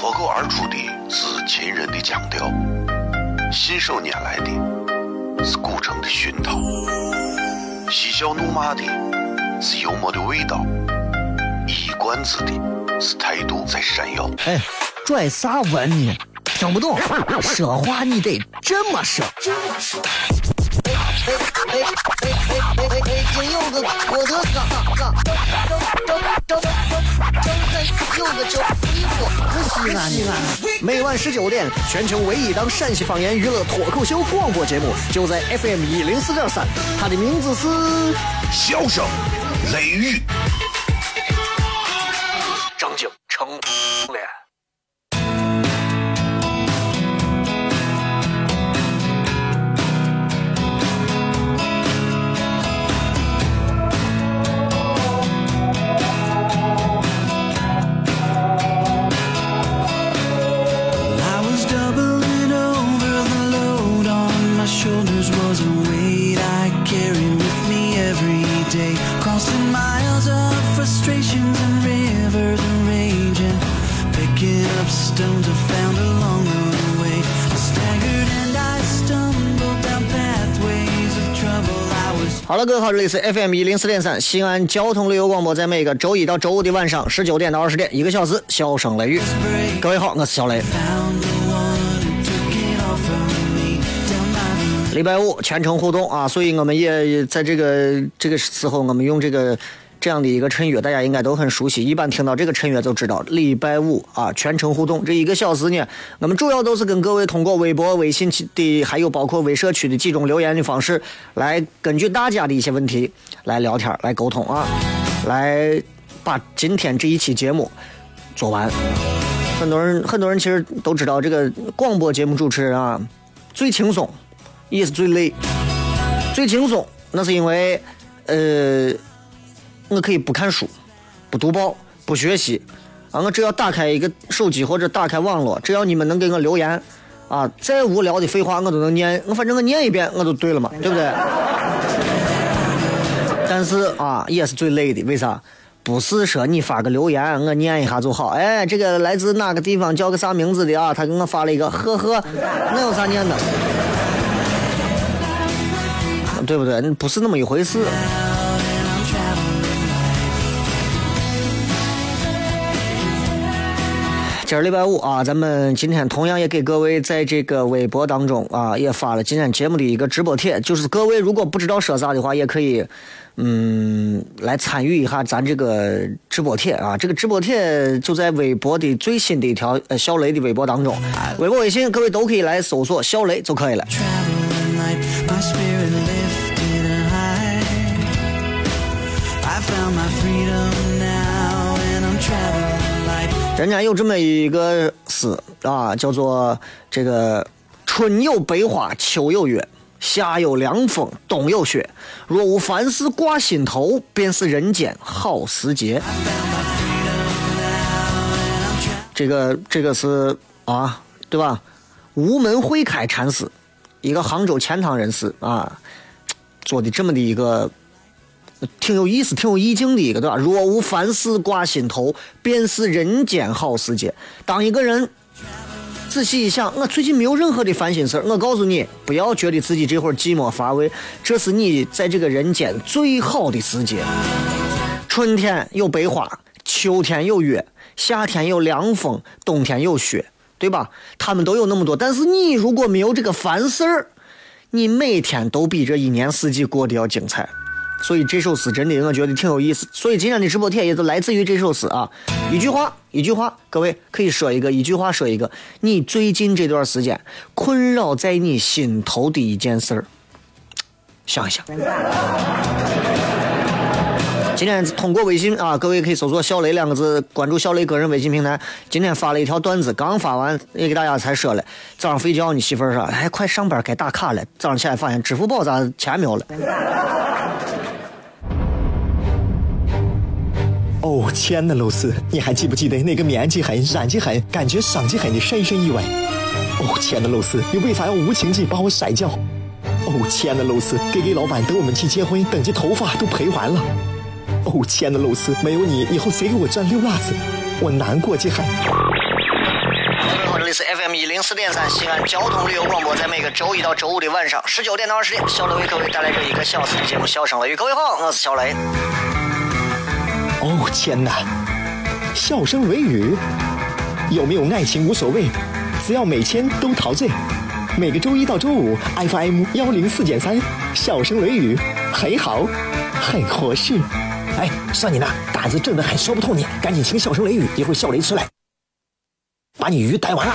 脱口而出的是秦人的腔调，信手拈来的是古城的熏陶，嬉笑怒骂的是幽默的味道，一冠子的是态度在闪耀。 哎，拽啥文呢？听不懂，说话你得这么说。北京有个我的西安，每晚19点，全球唯一档陕西方言娱乐脱口秀广播节目，就在 FM 104.3，它的名字是笑声雷雨。 张景成脸。 shoulders was a weight I carry with me every day, crossing miles of frustrations and rivers and raging, picking up stones I found along the way. I staggered and I stumbled down pathways of trouble. I was 好了，各位好，这里是 FM 104.3西安交通旅游广播，在每个周一到周五的晚上19点到20点，1个小时，笑声雷雨。各位好，我是小雷。礼拜五全程互动啊，所以我们也在这个时候，我们用这样的一个衬乐，大家应该都很熟悉。一般听到这个衬乐就知道，礼拜五啊全程互动这1个小时呢，我们主要都是跟各位通过微博、微信的，还有包括微社区的几种留言的方式，来根据大家的一些问题来聊天、来沟通啊，来把今天这一期节目做完。很多人其实都知道，这个广播节目主持人啊最轻松。也是最累，最轻松，那是因为，我可以不看书，不读报，不学习，啊，我只要打开一个手机或者打开网络，只要你们能给我留言，啊，再无聊的废话我都能念，反正我念一遍我都对了嘛，对不对？但是啊，也是最累的，为啥？不是说你发个留言我念一下就好，哎，这个来自哪个地方叫个啥名字的啊？他给我发了一个呵呵，那有啥念的？对不对？不是那么一回事。今儿礼拜五啊，咱们今天同样也给各位在这个微博当中啊，也发了今天节目的一个直播帖，就是各位如果不知道说啥的话，也可以来参与一下咱这个直播帖啊。这个直播帖就在微博的最新的一条小雷的微博当中，微博微信各位都可以来搜索小雷就可以了。人家有这么一个诗啊，叫做这个春有百花，秋有月，夏有凉风，冬有雪。若无凡事挂心头，便是人间好时节。这个是啊，对吧？无门会开禅师，一个杭州钱塘人士啊，做的这么的一个。挺有意思挺有意境的一个，对吧？若无凡事挂心头，便是人间好时节。当一个人仔细一想，我最近没有任何的烦心事，我告诉你，不要觉得自己这会儿寂寞乏味，这是你在这个人间最好的时节。春天有百花，秋天有月，夏天有凉风，冬天有雪，对吧？他们都有那么多，但是你如果没有这个烦事儿，你每天都比这一年四季过得要精彩。所以这首诗真的我觉得挺有意思，所以今天的直播帖也都来自于这首诗啊。一句话，各位可以说一句话说一个你最近这段时间困扰在你心头的一件事儿，想一想。今天通过微信啊，各位可以搜索小雷2个字，关注小雷个人微信平台。今天发了一条段子，刚发完也给大家才说了。早上睡觉你媳妇儿说，哎，快上班该打卡了，早上起来发现支付宝咋钱没有了。 哦，亲爱的露丝，你还记不记得那个面积狠、染技狠、感觉伤及狠的深深意外？哦，亲爱的露丝，你为啥要无情地把我甩掉？哦，亲爱的露丝，给老板等我们去结婚，等这头发都赔完了。哦，亲爱的露丝，没有你，以后谁给我赚6辣子？我难过极狠。 里是 FM104.3西安交通旅游广播，在每个周一到周五的晚上19点到20点，小雷为各位带来这一个小时的节目《笑声雷雨》。各位好，我是小雷。 哦天哪，笑声雷雨，有没有爱情无所谓，只要每天都陶醉。每个周一到周五 FM104.3，笑声雷雨，很好，很合适。哎，算你那胆子正的很，说不透你，赶紧请笑声雷雨，一会儿笑雷出来，把你鱼逮完了。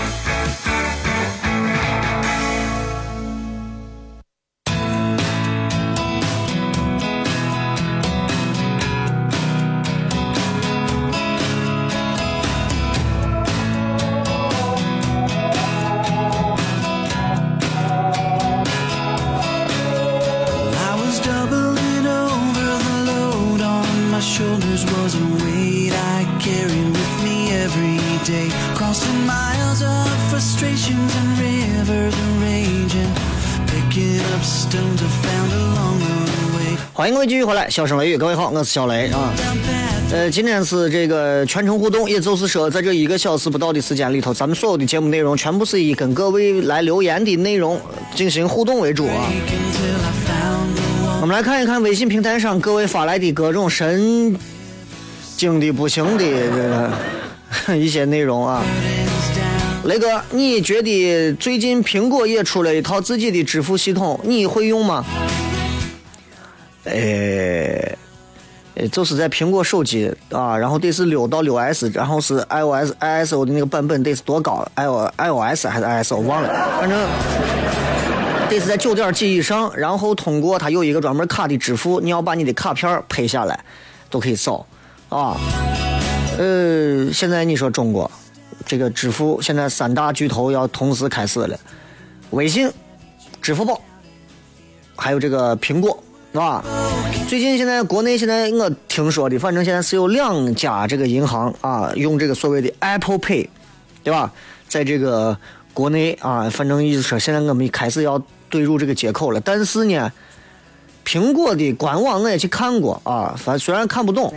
Shoulders was a weight I carried with me every day, crossing miles of frustrations and rivers and raging, picking up stones I found along the way. 欢迎各位继续回来，笑声雷雨，各位好，我是小雷啊。今天是这个全程互动，也就是说，在这1个小时不到的时间里头，咱们所有的节目内容全部是以跟各位来留言的内容进行互动为主啊。我们来看一看微信平台上各位发来的各种神经的不行的一些内容啊。雷哥，你觉得最近苹果也出了一套自己的支付系统，你会用吗？就是在苹果手机啊，然后得是6到 6S， 然后是 ISO 的那个版本得是多高 iOS 还是 ISO 忘了，反正得是在9点几以上，然后通过它有一个专门卡的支付，你要把你的卡片拍下来都可以扫啊。现在你说中国这个支付，现在3大巨头要同时开始了，微信、支付宝还有这个苹果啊。最近现在国内现在我听说的，反正现在是有2家这个银行啊，用这个所谓的 Apple Pay， 对吧？在这个国内啊，反正意思说现在我们开始要对入这个接口了。但是呢，苹果的官网我也去看过啊，反正虽然看不懂，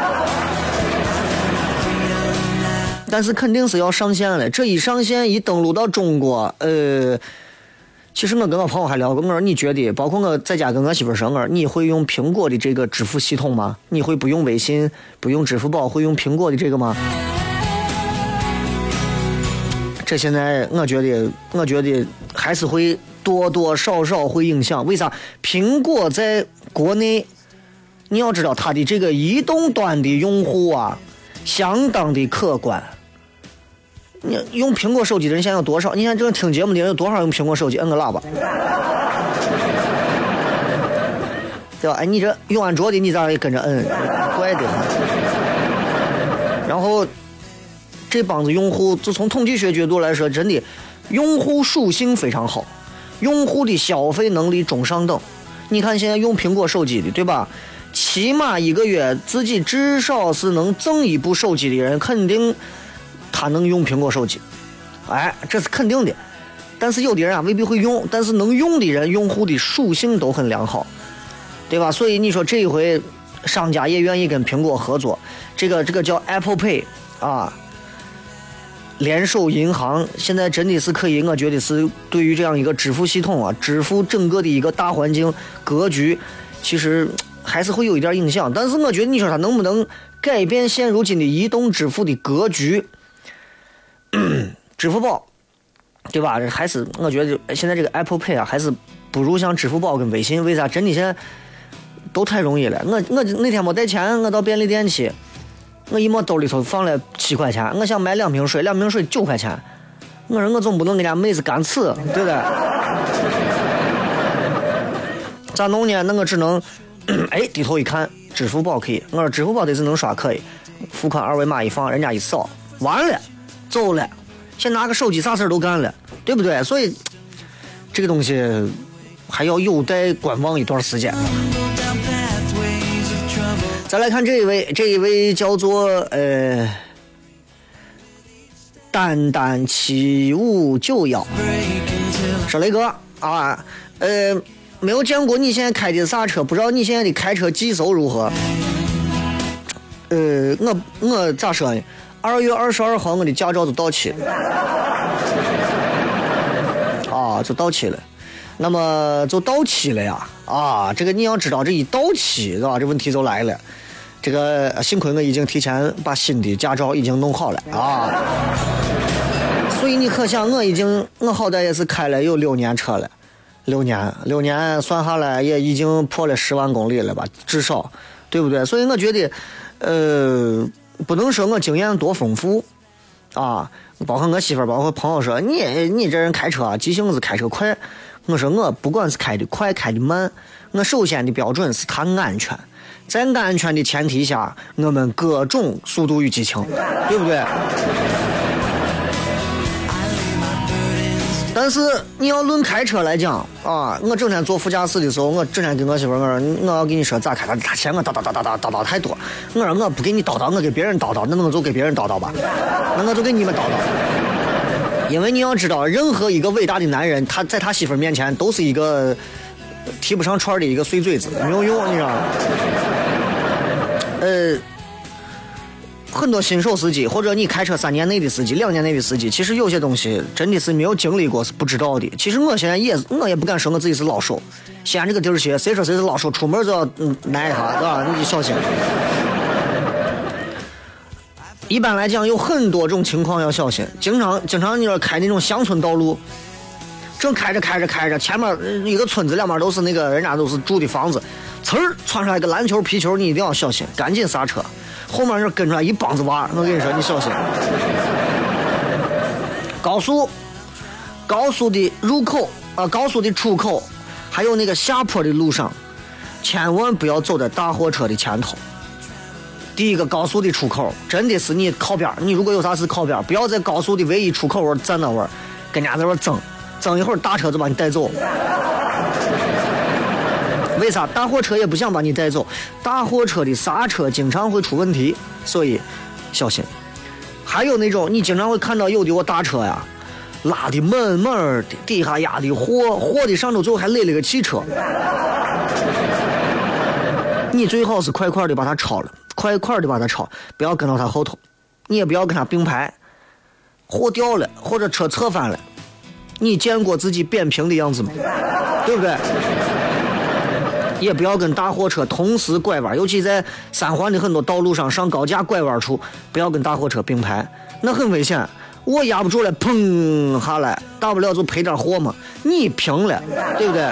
但是肯定是要上线了。这一上线一登录到中国，其实我跟我朋友还聊过，我说你觉得，包括我在家跟我媳妇说，我说你会用苹果的这个支付系统吗？你会不用微信，不用支付宝，会用苹果的这个吗？这现在我觉得还是会多多少少会影响。为啥？苹果在国内，你要知道它的这个移动端的用户啊，相当的可观。你用苹果手机的人现在有多少？你看这听节目的人有多少用苹果手机？摁个喇叭，对吧？哎，你这用安卓的，你咋也跟着摁？怪的。然后这帮子用户，就从统计学角度来说，真的用户属性非常好，用户的消费能力中上等。你看现在用苹果手机的，对吧？起码1个月自己至少是能赠一部手机的人，肯定他能用苹果手机，哎，这是肯定的。但是有的人啊未必会用，但是能用的人，用户的属性都很良好，对吧？所以你说这一回商家也愿意跟苹果合作，这个叫 Apple Pay 啊，联手银行现在真的是可以，我觉得是对于这样一个支付系统啊，支付整个的一个大环境格局，其实还是会有一点影响。但是我觉得你说它能不能改变现如今的移动支付的格局？支付宝，对吧？还是我觉得现在这个 Apple Pay 啊，还是不如像支付宝跟微信。为啥？真的现在都太容易了。我那天没带钱，我到便利店去，我一摸兜里头放了7块钱，我想买2瓶水，2瓶水9块钱。我说我总不能给人家妹子干刺，对不对？咋弄呢？那我只能低头一看，支付宝可以。我说支付宝得是能刷可以，付款2维码一放，人家一扫，完了。走了，先拿个手机啥事都干了，对不对？所以这个东西还要有待观望一段时间。再来看这一位叫做淡淡7591，说雷哥啊，没有见过你现在开的啥车，不知道你现在的开车技术如何？我咋说呢？2月22号我的驾照都到期了， 就到期了。那么就到期了呀这个你要知道，这一到期是吧？这问题就来了。这个幸亏我已经提前把新的驾照已经弄好了所以你可想，我好歹也是开了有6年车了，6年算下来也已经破了10万公里了吧，至少，对不对？所以我觉得，不能说我经验多丰富包括我媳妇儿，包括朋友说你这人开车急性子开车快，我说我不管是开的快开的慢，我首先的标准是它安全，在安全的前提下，我们各种速度与激情，对不对？但是你要论开车来讲我整天坐副驾驶的时候，我整天跟我媳妇我说我要跟你说咋开，他嫌我叨太多，我说我不给你叨叨，我给别人叨叨，那我就给别人叨叨吧，那我就给你们叨叨。因为你要知道，任何一个伟大的男人，他在他媳妇面前都是一个提不上串的一个碎嘴子，没有用，你知道吗？很多新手司机或者你开车3年内的司机、2年内的司机，其实有些东西真的是没有经历过是不知道的。其实我现在我也不敢说我自己是老手，西安这个地儿些谁说谁是老手，出门就要挨一下，对吧？你就小心。一般来讲有很多种情况要小心，经常你说开那种乡村道路，正开着，前面一个村子两边都是那个人家都是住的房子，呲儿窜出来一个篮球皮球，你一定要小心，赶紧刹车。后面就跟出来一帮子娃，我跟你说你小心。高速的入口高速的出口，还有那个下坡的路上，千万不要走在大货车的前头。第一个高速的出口真的是你靠边，你如果有啥事靠边，不要在高速的唯一出口位站那位，跟人家在那争一会儿，大车就把你带走。为啥？大货车也不想把你带走，大货车的刹车经常会出问题，所以小心。还有那种你经常会看到有的大车呀，拉的满满的，底下压的货的上头最后还垒了个汽车。你最好是快快的把它超了，不要跟到它后头，你也不要跟它并排。货掉了或者车侧翻了，你见过自己扁平的样子吗？对不对？也不要跟大货车同时拐弯，尤其在三环的很多道路上，上高架拐弯处，不要跟大货车并排，那很危险。我压不住了，砰下来，大不了就赔点货嘛，你平了，对不对？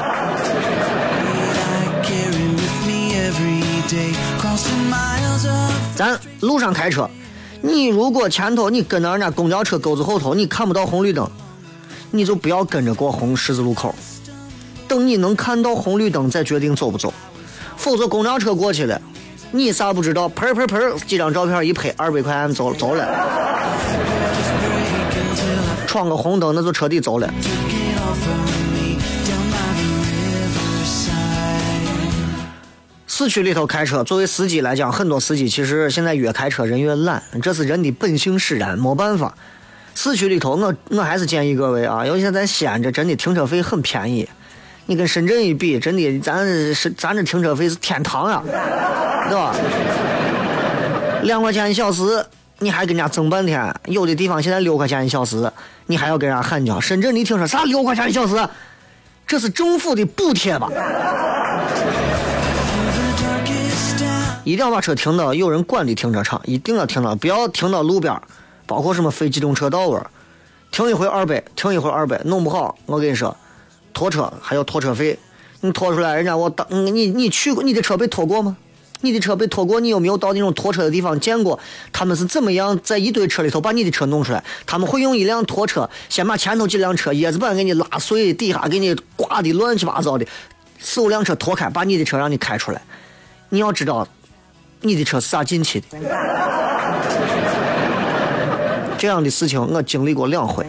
咱路上开车，你如果前头你跟到人家公交车钩子后头，你看不到红绿灯，你就不要跟着过红十字路口，等你能看到红绿灯再决定走不走，否则公交车过去了，你啥不知道，喷几张照片一拍，200块钱走了，闯个红灯那就彻底走了。市区里头开车，作为司机来讲，很多司机其实现在越开车人越懒，这是人的本性使然，没办法。市区里头我还是建议各位尤其在西安，这真的停车费很便宜，你跟深圳一比，真的咱这停车费是天堂呀，对吧？2块钱1小时，你还跟人家争半天，有的地方现在6块钱1小时，你还要跟人家喊叫。深圳你听说啥6块钱1小时？这是政府的补贴吧？一定要把车停到有人管的停车场，一定要停到，不要停到路边，包括什么非机动车道位，停一回200，停一回200，弄不好我跟你说，拖车还有拖车费，你拖出来，人家你去过，你的车被拖过吗？你的车被拖过，你有没有到那种拖车的地方见过？他们是怎么样在一堆车里头把你的车弄出来？他们会用一辆拖车，先把前头几辆车叶子板给你拉碎，底下给你挂的乱七八糟的，4-5辆车拖开，把你的车让你开出来。你要知道，你的车是啥进气的？这样的事情我经历过2回。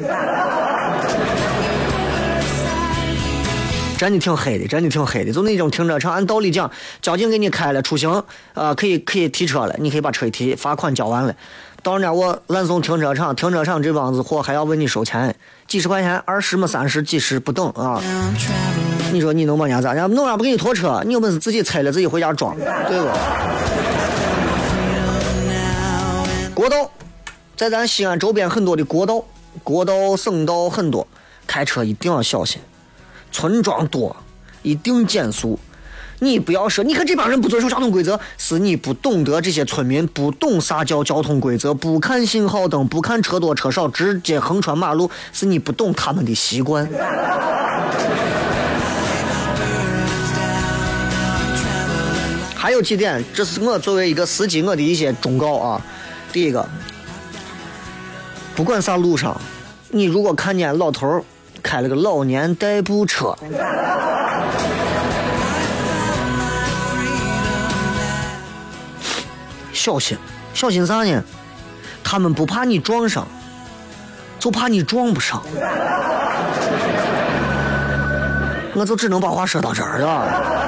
真的挺黑的，就那种停车场，按道理讲，交警给你开了出行，可以提车了，你可以把车一提，罚款交完了。到人家我拦送停车场这帮子货还要问你收钱，几十块钱，20么30几十不等啊！你说你能把人家咋？人家弄啥不给你拖车？你有本事自己拆了自己回家装，对不？国道，在咱西安周边很多的国道、省道很多，开车一定要小心村庄多，一定减速。你不要说，你看这帮人不遵守交通规则，是你不懂得这些村民不懂啥叫交通规则，不看信号灯，不看车多车少，直接横穿马路，是你不懂他们的习惯。还有几点，这是我作为一个司机我的一些忠告啊。第一个，不管啥路上，你如果看见老头开了个老年代步车，小心，小心啥呢？他们不怕你撞上，就怕你撞不上。我就只能把话说到这儿了。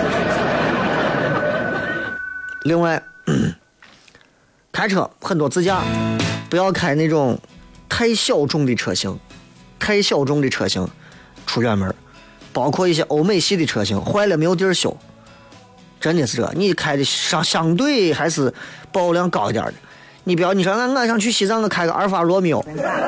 另外，开车很多自驾，不要开那种太小众的车型，太小众的车型出远门，包括一些欧美系的车型，坏了没有地儿修。真的是这，你开的相对还是保有量高一点的。你不要，你说俺想去西藏，我开个阿尔法罗密欧。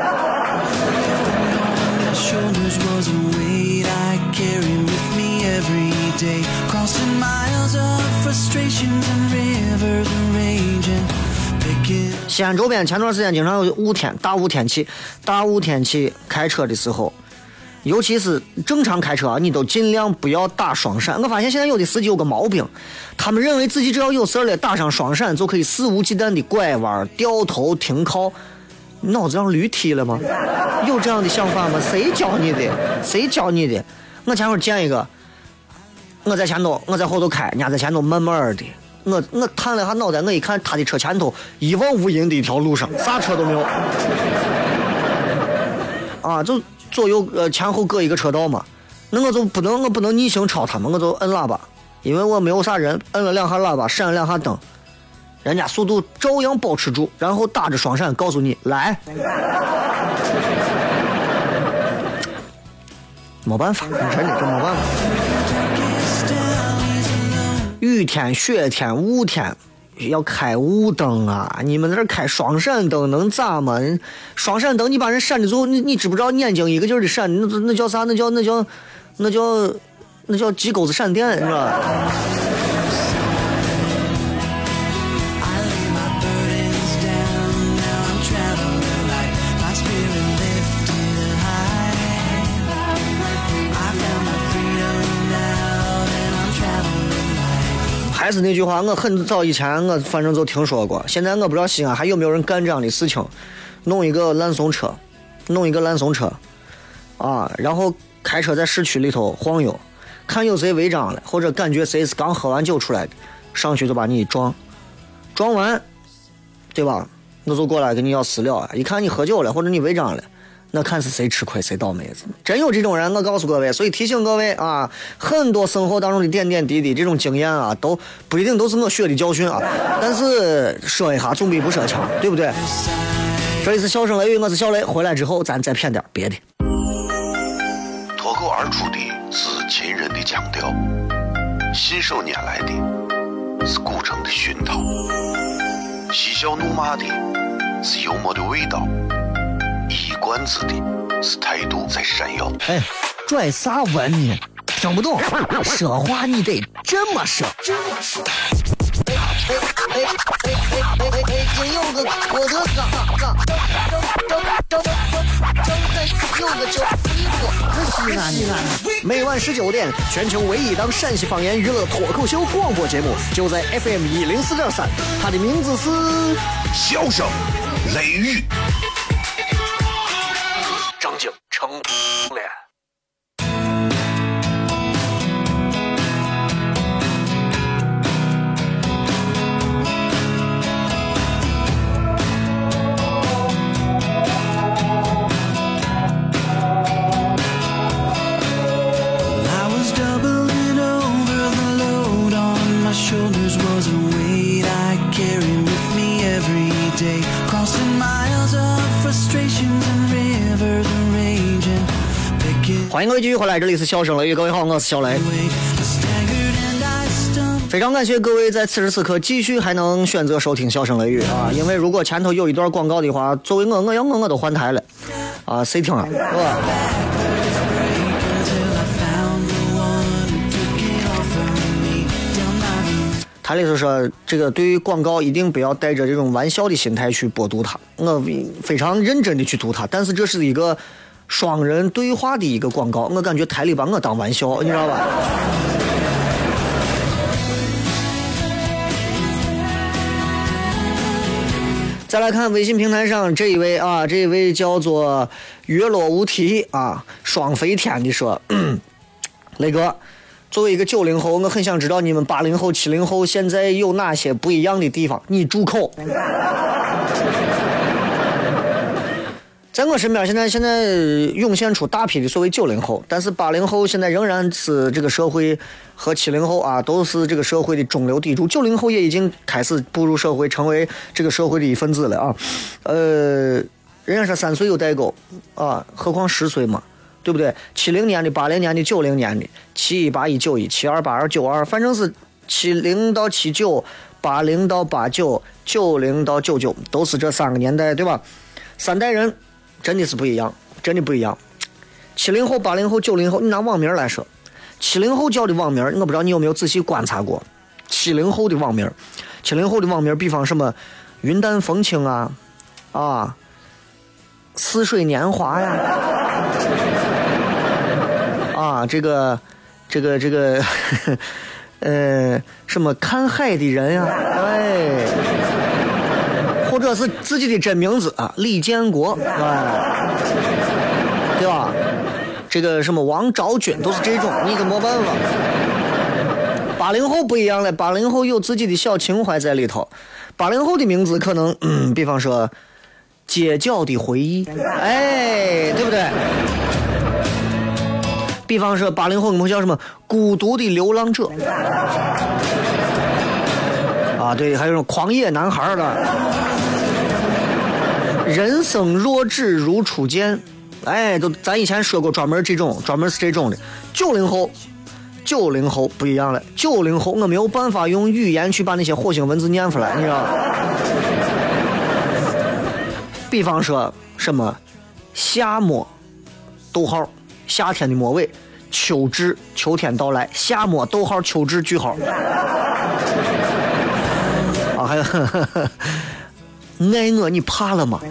西安周边前段时间经常有大雾天气，大雾天气开车的时候，尤其是正常开车啊，你都尽量不要打双闪。我发现现在有的司机有个毛病，他们认为自己只要有事了打上双闪就可以肆无忌惮的拐弯、掉头、停靠。脑子让驴踢了吗？有这样的想法吗？谁教你的？谁教你的？我前会儿见一个，我在前头，我在后头开，人家在前头慢慢的。我探了一下脑袋，我一看他的车前头一望无垠的一条路上，啥车都没有。啊，就左右前后各一个车道嘛，那我不能逆行超他们，我就摁喇叭，因为我没有啥人，摁了两下喇叭，闪了两下灯，人家速度照样保持住，然后打着双闪告诉你来。没办法，真的这没办法。雨天、雪天、雾天，要开雾灯啊！你们在这开双闪灯能咋嘛？双闪灯你把人闪的时候，你知不知道眼睛一个劲儿的闪？那叫啥？那叫鸡钩子闪电，是吧？还是那句话，我很早以前我反正就听说过，现在我不知道西安还有没有人干这样的事情，弄一个烂怂车啊，然后开车在市区里头晃悠，看有谁违章了，或者感觉谁是刚喝完酒出来的，上去就把你撞完，对吧？我就过来跟你要私了，一看你喝酒了或者你违章了，那看是谁吃亏谁倒霉，真有这种人。我告诉各位，所以提醒各位啊，很多生活当中的点点滴滴这种经验啊，都不一定都是我学的教训啊，但是说一下总比不说强，对不对？这里是笑声雷雨，我是小雷，回来之后咱再骗点别的。 脱口而出的是秦人的腔调，信手拈来的是古城的熏陶，嬉笑怒骂的是幽默的味道，一冠子的是态度在闪耀。 哎，拽啥文呢？听不懂，说话你得这么说。今有个我的有个叫西安，每晚19点，全球唯一档陕西方言娱乐脱口秀广播节目，就在 FM 104.3，它的名字是笑声雷雨。 张景成脸。 Shoulders was a weight I carried with me every day, crossing miles of frustrations and rivers and raging. 欢迎各位继续回来，这里是笑声雷雨，各位好，我是小雷。非常感谢各位在此时此刻继续还能选择收听笑声雷雨啊！因为如果前头有一段广告的话，作为我都换台了啊，谁听啊？是吧？ 他的意思说，这个对于广告一定不要带着这种玩笑的心态去播读它，我非常认真的去读它，但是这是一个双人对话的一个广告，我感觉台里把我当玩笑，你知道吧？再来看微信平台上这一位叫做月落无题啊，双飞天的说，雷哥，作为一个90后，我很想知道你们80后、70后现在有哪些不一样的地方。你住口！在我身边现在涌现出大批的所谓90后，但是80后现在仍然是这个社会和70后啊都是这个社会的中流砥柱，90后也已经开始步入社会，成为这个社会的一份子了啊。人家说3岁有代沟啊，何况10岁嘛，对不对？70年的、80年的、90年的、71、81、91、72、82、92，反正是70到79、80到89、90到99，都是这3个年代，对吧？3代人真的是不一样，真的不一样。70后、80后、90后，你拿网名来说，70后叫的网名，我不知道你有没有仔细观察过70后的网名。70后的网名，比方什么云淡风轻啊，似水年华呀，啊，这个什么看海的人呀，哎。或者是自己的真名字啊，李建国，哎，对吧？这个什么王昭君都是这种，你可没办法。80后不一样了，80后有自己的小情怀在里头。80后的名字可能，比方说街角的回忆，哎，对不对？比方说80后你们叫什么孤独的流浪者，啊，对，还有种狂野男孩的。人生若只如初见，哎，都咱以前说过，专门是这种的。90后不一样了，90后我没有办法用语言去把那些火星文字念出来，你知道吗？比方说什么夏末，逗号，夏天的末尾，秋至，秋天到来，夏末，逗号，秋至，句号。啊，还有。爱我你怕了吗？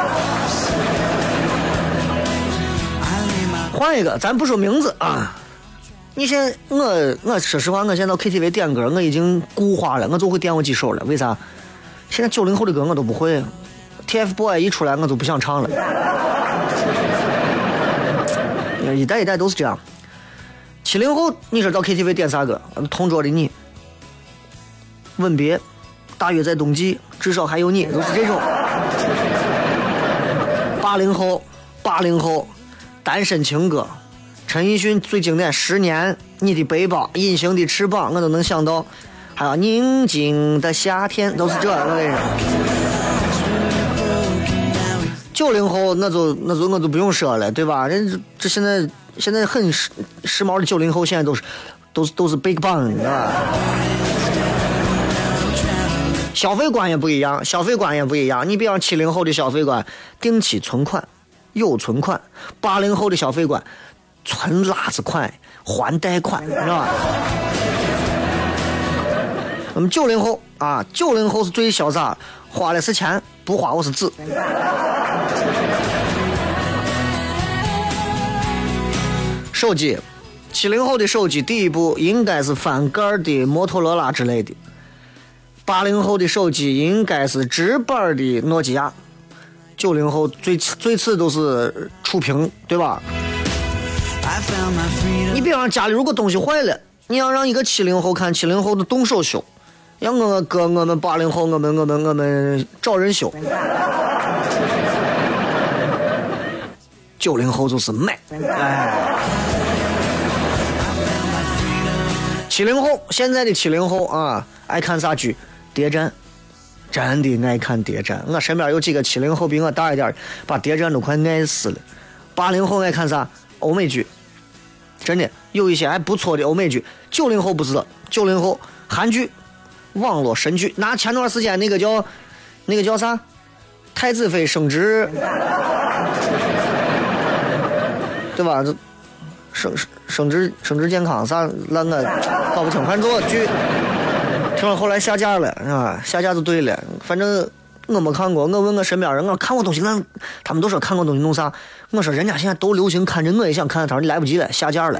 换一个，咱不说名字啊。你现在我说实话，我现在到 KTV 点歌，我已经固化了，我就会点我几首了。为啥？现在90后的歌我都不会 ，TFBOY 一出来我就不想唱了。一代一代都是这样。70后，你说到 KTV 点啥歌？同桌的你，吻别。大约在冬季，至少还有你，都是这种。80后，单身情歌，陈奕迅最经典10年，你的背包，隐形的翅膀，我都能想到。还有宁静的夏天，都是这个人。90后那就我就不用说了，对吧？这现在很时髦的90后，现在都是 Big Bang 啊。消费观也不一样。你比方70后的消费观，定期存款、有存款；80后的消费观，存拉子款、还贷款，知道吧？我们90后啊，90后是最潇洒，花的是钱，不花我是纸。手机，70后的手机第一部应该是翻盖的摩托罗拉之类的。80后的手机应该是直板的诺基亚，90后最次都是触屏，对吧？你比方家里如果东西坏了，你要让一个70后看70后的动手修，让我们80后我们找人修。90后就是买，哎。70后，现在的70后啊，爱看啥剧？谍战，真的爱看谍战。我身边有几个70后比我大一点，把谍战都快爱死了。80后爱看啥？欧美剧，真的有一些还不错的欧美剧。90后不是，90后韩剧、网络神剧。拿前段时间那个叫啥？太子妃升职，对吧？升职健康啥？那我搞不清，反正这个剧听了后来下架了啊，下架就对了。反正我没看过，我问我身边人，我看过东西，他们都说看过东西弄啥？我说人家现在都流行看着，我也想看，他说你来不及了，下架了。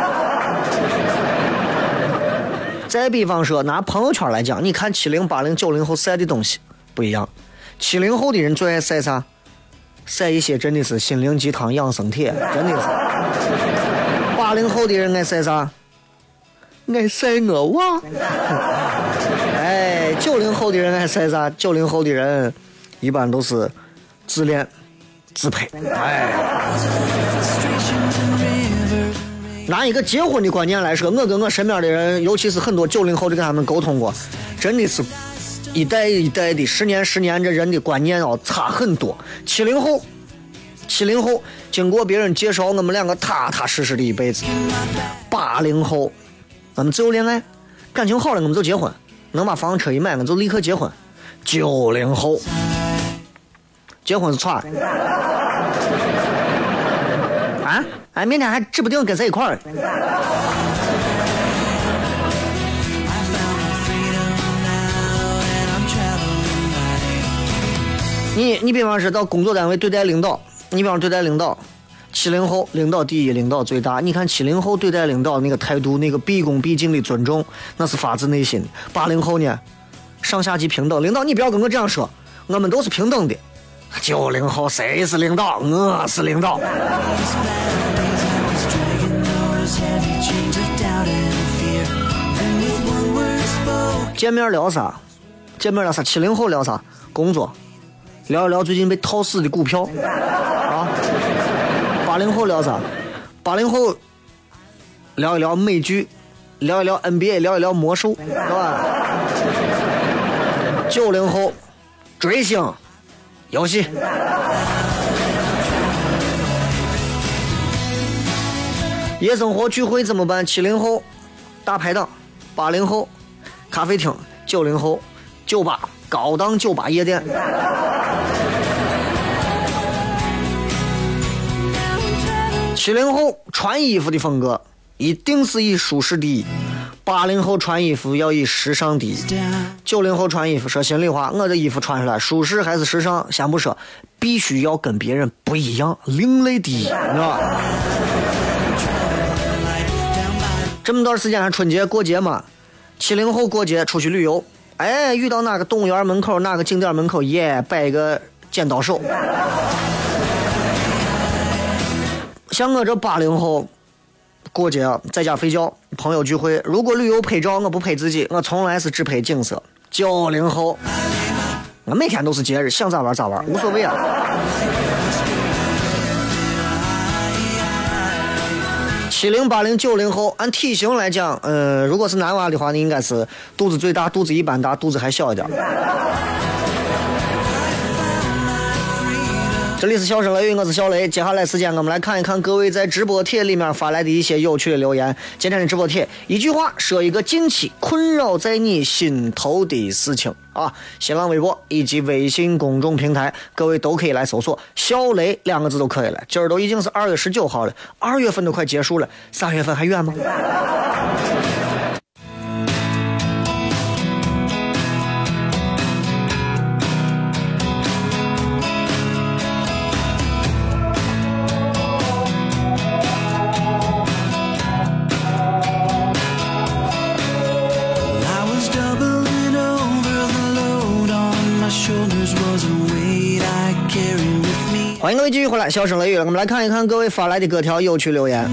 再比方说拿朋友圈来讲，你看70、80、90后晒的东西不一样。70后的人最爱晒啥？晒一些真的是心灵鸡汤养生帖，真的是。80后的人爱晒啥？爱晒我娃。哎，90后的人爱晒啥？90后的人一般都是自恋、自卑。哎，拿一个结婚的观念来说，我跟我身边的人，尤其是很多90后的跟他们沟通过，真的是一代一代的10年10年，这人的观念差很多。70后经过别人介绍，我们两个踏踏实实的一辈子。80后我们自由恋爱，感情好了我们就结婚，能把房子车一买我们就立刻结婚。90后结婚是错的啊！哎，明天还指不定跟谁一块儿。你比方说到工作单位对待领导，你比方对待领导，70后领导第一，领导最大。你看70后对待领导那个态度，那个毕恭毕敬的尊重，那是发自内心的。80后呢，上下级平等，领导你不要跟我这样说，我们都是平等的。90后谁是领导？我是领导。见面聊啥？70后聊啥？工作，聊一聊最近被套死的股票啊。80后聊啥？80后聊一聊美剧，聊一聊 NBA， 聊一聊魔兽，是吧？90后追星、游戏。夜生活聚会怎么办？70后大排档，80后咖啡厅，90后酒吧，高档酒吧夜店。70后穿衣服的风格一定是以舒适第一，80后穿衣服要以时尚第一，90后穿衣服说心里话，我的衣服穿出来舒适还是时尚先不说，必须要跟别人不一样，另类第一，你知道吧？这么段时间还春节过节嘛，70后过节出去旅游，哎，遇到哪个动物园门口哪个景点门口摆一个剪刀手。像我这80后过节在家睡觉，朋友聚会，如果旅游拍照我不拍自己，我从来是只拍景色。90后我每天都是节日，想咋玩咋玩，无所谓啊。70、80、90后按体型来讲，如果是男娃的话，你应该是肚子最大，肚子一般大，肚子还小一点。这里是笑声雷雨，我是小雷。接下来时间我们来看一看各位在直播帖里面发来的一些有趣的留言。今天的直播帖一句话说一个近期困扰在你心头的事情啊！新浪微博以及微信公众平台各位都可以来搜索小雷2个字都可以了。今儿都已经是2月19号了，2月份都快结束了，3月份还远吗？欢迎各位继续回来，笑声雷雨了。我们来看一看各位发来的各条有趣留言。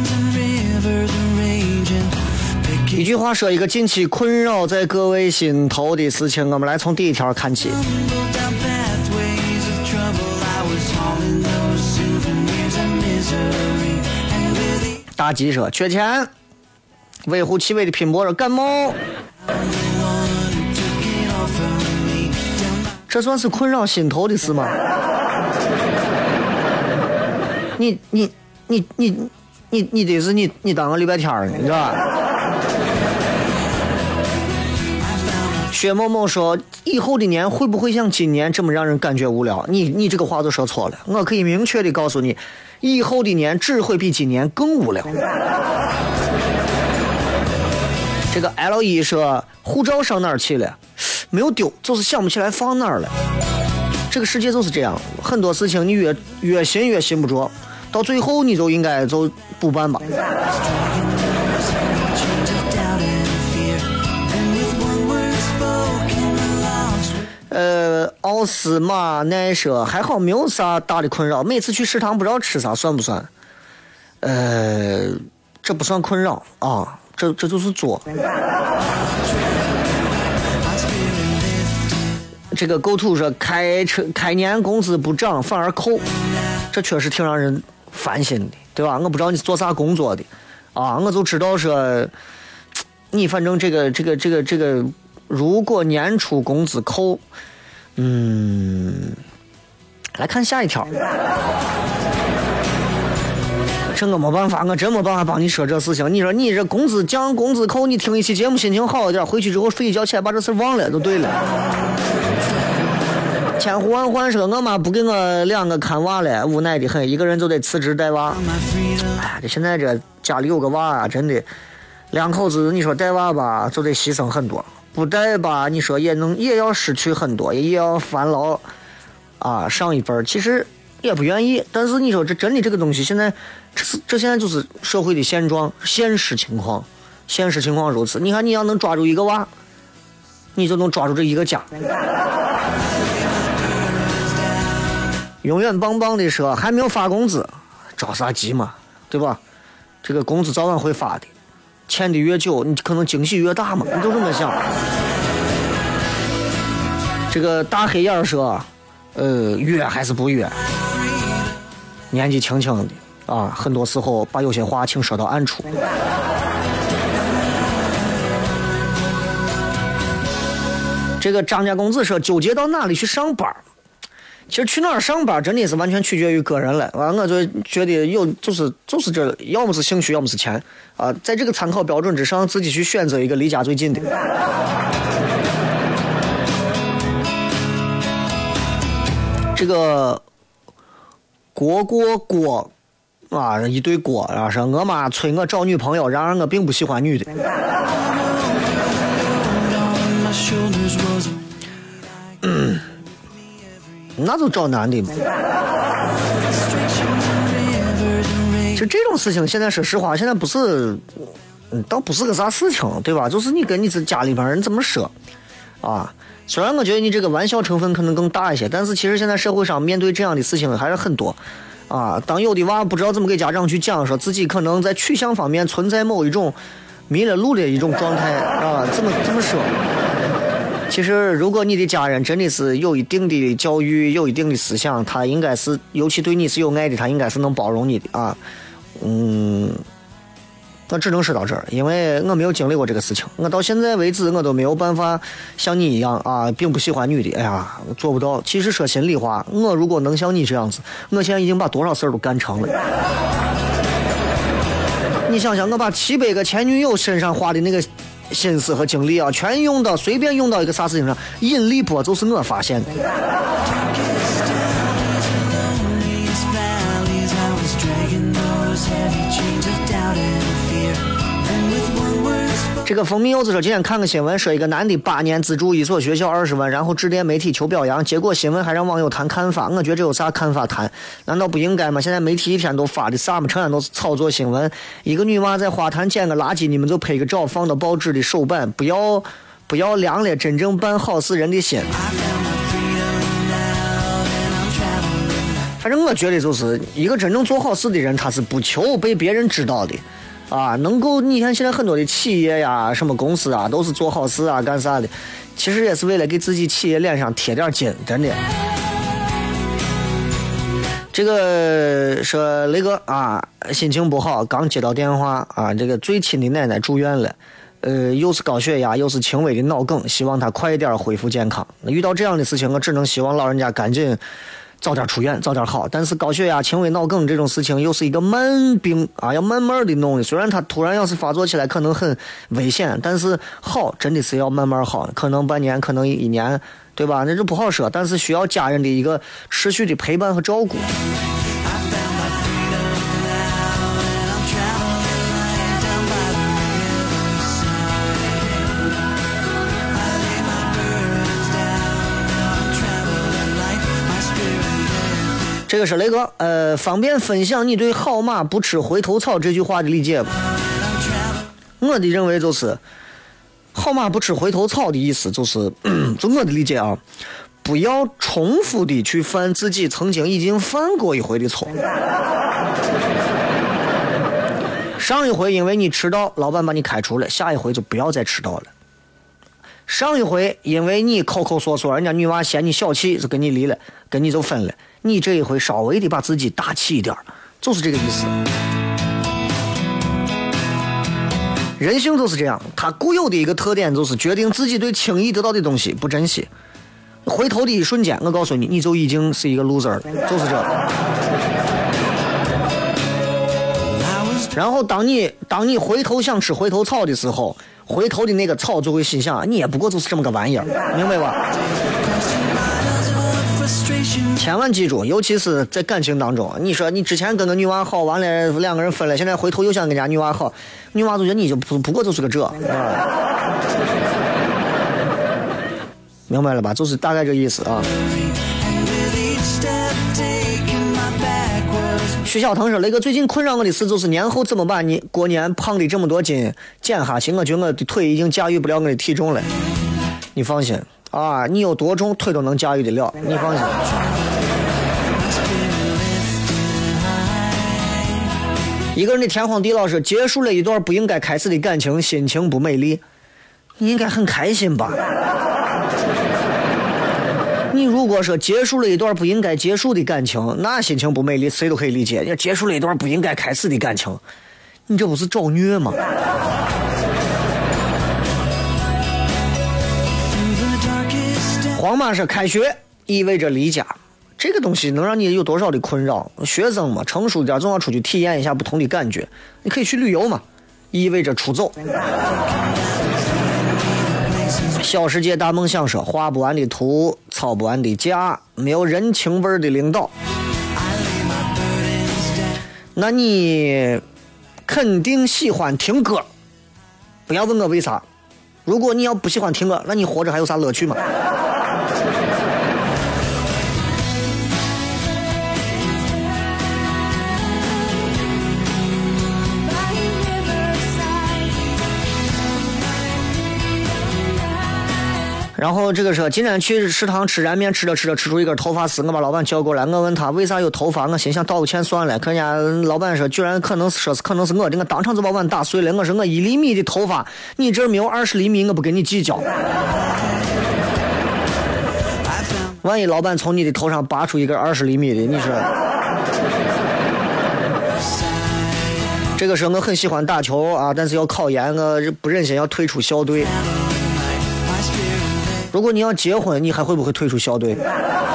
一句话说一个近期困扰在各位心头的事情，我们来从第一条看起。大吉说缺钱，维护气味的拼搏着感冒，这算是困扰心头的事吗？你得是你当个礼拜天儿，你知道吧？薛某某说，以后的年会不会像今年这么让人感觉无聊？你这个话都说错了，我可以明确的告诉你，以后的年只会比今年更无聊。 这个 L1 说护照上哪儿去了？没有丢，就是想不起来放哪儿了。这个世界就是这样，很多事情你越信越信不着，到最后你就应该就补办吧。奥斯马奈说还好没有啥大的困扰，每次去食堂不知道吃啥算不算？这不算困扰啊，这就是作。这个狗兔说开年工资不涨反而扣，这确实挺让人烦心的，对吧？我不知道你是做啥工作的啊，我就知道说你反正这个，如果年初工资扣，来看下一条。这我没办法，我真没办法帮你说这事情。你说你这工资降工资扣，你听一期节目心情好一点，回去之后睡一觉起来把这事忘了就对了。千呼万唤说我妈不给我2个看娃了，无奈的很，一个人就得辞职带娃。哎呀，这现在这家里有个娃啊，真的2口子，你说带娃吧就得牺牲很多，不带吧你说也要失去很多，也要烦劳啊上一辈其实也不愿意，但是你说这真的这个东西现在这现在就是社会的现状，现实情况如此。你看你要能抓住一个娃，你就能抓住这一个家。永远棒棒的说还没有发工资，着啥急嘛，对吧？这个工资早晚会发的，欠的越久，你可能惊喜越大嘛，你就这么想。这个大黑眼说，约还是不约？年纪轻轻的啊，很多时候把有些话请说到暗处。这个张家公子说纠结到哪里去上班？其实去哪儿上班真的是完全取决于个人了。我就觉得就是这，要么是兴趣，要么是钱啊，在这个参考标准之上，自己去选择一个离家最近的。这个锅啊，一堆锅啊，说我妈催我找女朋友，然而我并不喜欢女的。那就找男的嘛。就这种事情，现在说实话，现在不是，倒不是个啥事情，对吧？就是你跟你这家里边人怎么说啊？虽然我觉得你这个玩笑成分可能更大一些，但是其实现在社会上面对这样的事情还是很多啊。当有的娃不知道怎么给家长去讲，说自己可能在取向方面存在某一种迷了路的一种状态啊，这么说。其实如果你的家人真的是有一定的教育，有一定的思想，他应该是，尤其对你是有爱的，他应该是能包容你的啊。我只能说到这儿，因为我没有经历过这个事情，我到现在为止我都没有办法像你一样啊，并不喜欢女的。哎呀，我做不到。其实说心里话，我如果能像你这样子，我现在已经把多少事儿都干成了。你想想，我把700个前女友身上花的那个心思和精力啊，全用到随便用到一个啥事情上，引力波就是我发现的。这个蜂蜜柚子说，今天看个新闻，说一个男的8年资助一所学校20万，然后致电媒体求表扬，结果新闻还让网友谈看法。我觉得这有啥看法谈？难道不应该吗？现在媒体一天都发的啥嘛，成天都是炒作新闻。一个女娃在花坛捡个垃圾，你们就拍个照放到报纸的首版，不要凉了真正办好事人的心。反正我觉得就是一个真正做好事的人，他是不求被别人知道的。啊，能够你看现在很多的企业呀、什么公司啊，都是做好事啊、干啥的，其实也是为了给自己企业脸上贴点金，真的。这个说雷哥啊，心情不好，刚接到电话啊，这个最亲的奶奶住院了，又是高血压，又是轻微的脑梗，希望她快一点恢复健康。遇到这样的事情，我只能希望老人家赶紧早点出院，早点好。但是高血压、轻微脑梗这种事情又是一个慢病啊，要慢慢的弄的。虽然它突然要是发作起来可能很危险，但是好真的是要慢慢好，可能半年，可能1年，对吧？那就不好说，但是需要家人的一个持续的陪伴和照顾。 个是雷哥，方便分享你对好马不吃回头草这句话的理解吗？我的认为就是好马不吃回头草的意思就是，就我的理解啊，不要重复的去犯自己曾经已经犯过一回的错。上一回因为你迟到，老板把你开除了，下一回就不要再迟到了。上一回因为你口口说说，人家女娃嫌你小气，就跟你离了，跟你就分了。你这一回稍微的把自己大气一点，就是这个意思。人性就是这样，他固有的一个特点就是决定自己对轻易得到的东西不珍惜。回头的一瞬间，我告诉你，你就已经是一个 loser 了，就是这。然后当你回头想吃回头草的时候，回头的那个草就会心想，你也不过就是这么个玩意儿，明白吧？千万记住，尤其是在感情当中，你说你之前跟个女娃好，完了两个人分了，现在回头又想跟人家女娃好，女娃就觉得你就不过就是个这，明白了吧？就是大概这意思啊。徐小腾说：“雷哥，最近困扰我的事就是年后怎么办？你过年胖的这么多斤，减下去，我觉得我的腿已经驾驭不了我的体重了。你放心啊，你有多重，腿都能驾驭得了，你放心。”一个人的天荒地老是结束了一段不应该开始的感情，心情不美丽，你应该很开心吧？你如果说结束了一段不应该结束的感情，那心情不美丽谁都可以理解。你结束了一段不应该开始的感情，你这不是找虐吗？皇马是开学意味着离家，这个东西能让你有多少的困扰？学生嘛，成熟点总要出去体验一下不同的感觉。你可以去旅游嘛，意味着出走。小世界大梦想说，画不完的图，操不完的家，没有人情味的领导。那你肯定喜欢听歌，不要问我为啥。如果你要不喜欢听歌，那你活着还有啥乐趣吗？然后这个是今天去食堂吃燃面，吃着出一根头发丝，我把老板叫过来，我问他为啥有头发，我心想道个歉算了，可人家老板说居然可能是我的，我当场就把碗打碎了。我说我1厘米的头发，你这没有20厘米，我不跟你计较。万一老板从你的头上拔出一根20厘米的，你说？这个时候我很喜欢打球啊，但是要考研，我不忍心要退出校队。如果你要结婚，你还会不会退出校队？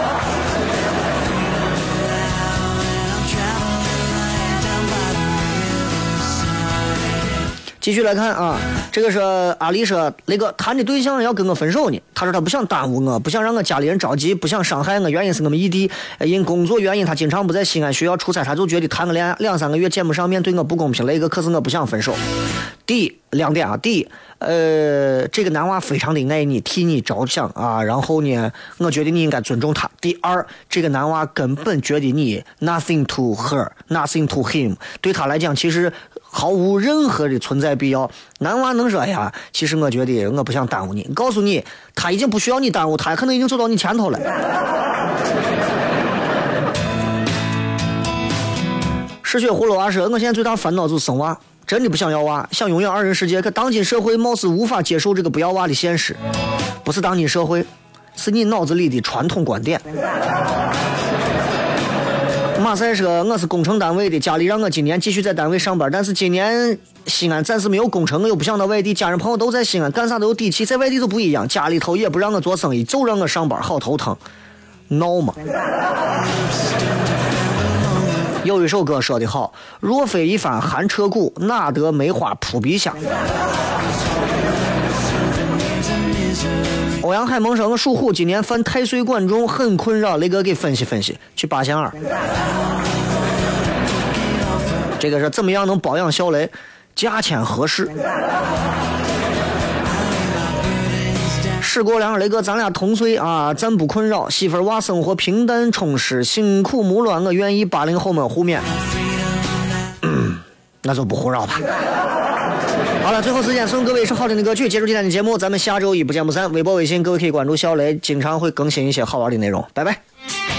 继续来看啊，这个是阿丽说那个谈的对象要跟我分手呢，他说他不想耽误我，不想让我家里人着急，不想伤害我，原因是我们异地，因工作原因他经常不在西安，需要出差，他就觉得谈个恋爱2-3个月见不上面对我不公平。那个可是我不想分手。第一2点啊，第一这个男娃非常的爱你，替你着想啊，然后呢我觉得你应该尊重他。第二，这个男娃根本觉得你 nothing to her nothing to him， 对他来讲其实毫无任何的存在必要。男娃能说呀，其实我觉得我不想耽误你，告诉你他已经不需要你耽误，他可能已经走到你前头了。失血葫芦娃说，我现在最大烦恼就是生娃，真的不想要娃，想拥有2人世界，可当今社会貌似无法接受这个不要娃的现实。不是当今社会，是你脑子里的传统观点。马赛说，我是工程单位的，家里让我今年继续在单位上班，但是今年西安暂时没有工程，我又不想到外地，家人朋友都在西安，干啥都有底气，在外地就不一样，家里头也不让我做生意，就让我上班，好头疼，闹嘛。有一首歌说得好，若非一番寒彻骨，哪得梅花扑鼻香。欧阳海萌说，我属虎，今年犯太岁管中，很困扰，雷哥给分析分析，去8线2。这个是怎么样能保养小雷？价钱合适。 史国良雷哥，咱俩同岁啊，咱不困扰，媳妇娃生活平淡充实，辛苦木乱，我愿意80后们互勉。那就不胡扰吧。好了，最后时间送各位一首好听的歌曲，结束今天的节目，咱们下周一不见不散。微博微信各位可以关注小雷，经常会更新一些好玩的内容。拜拜。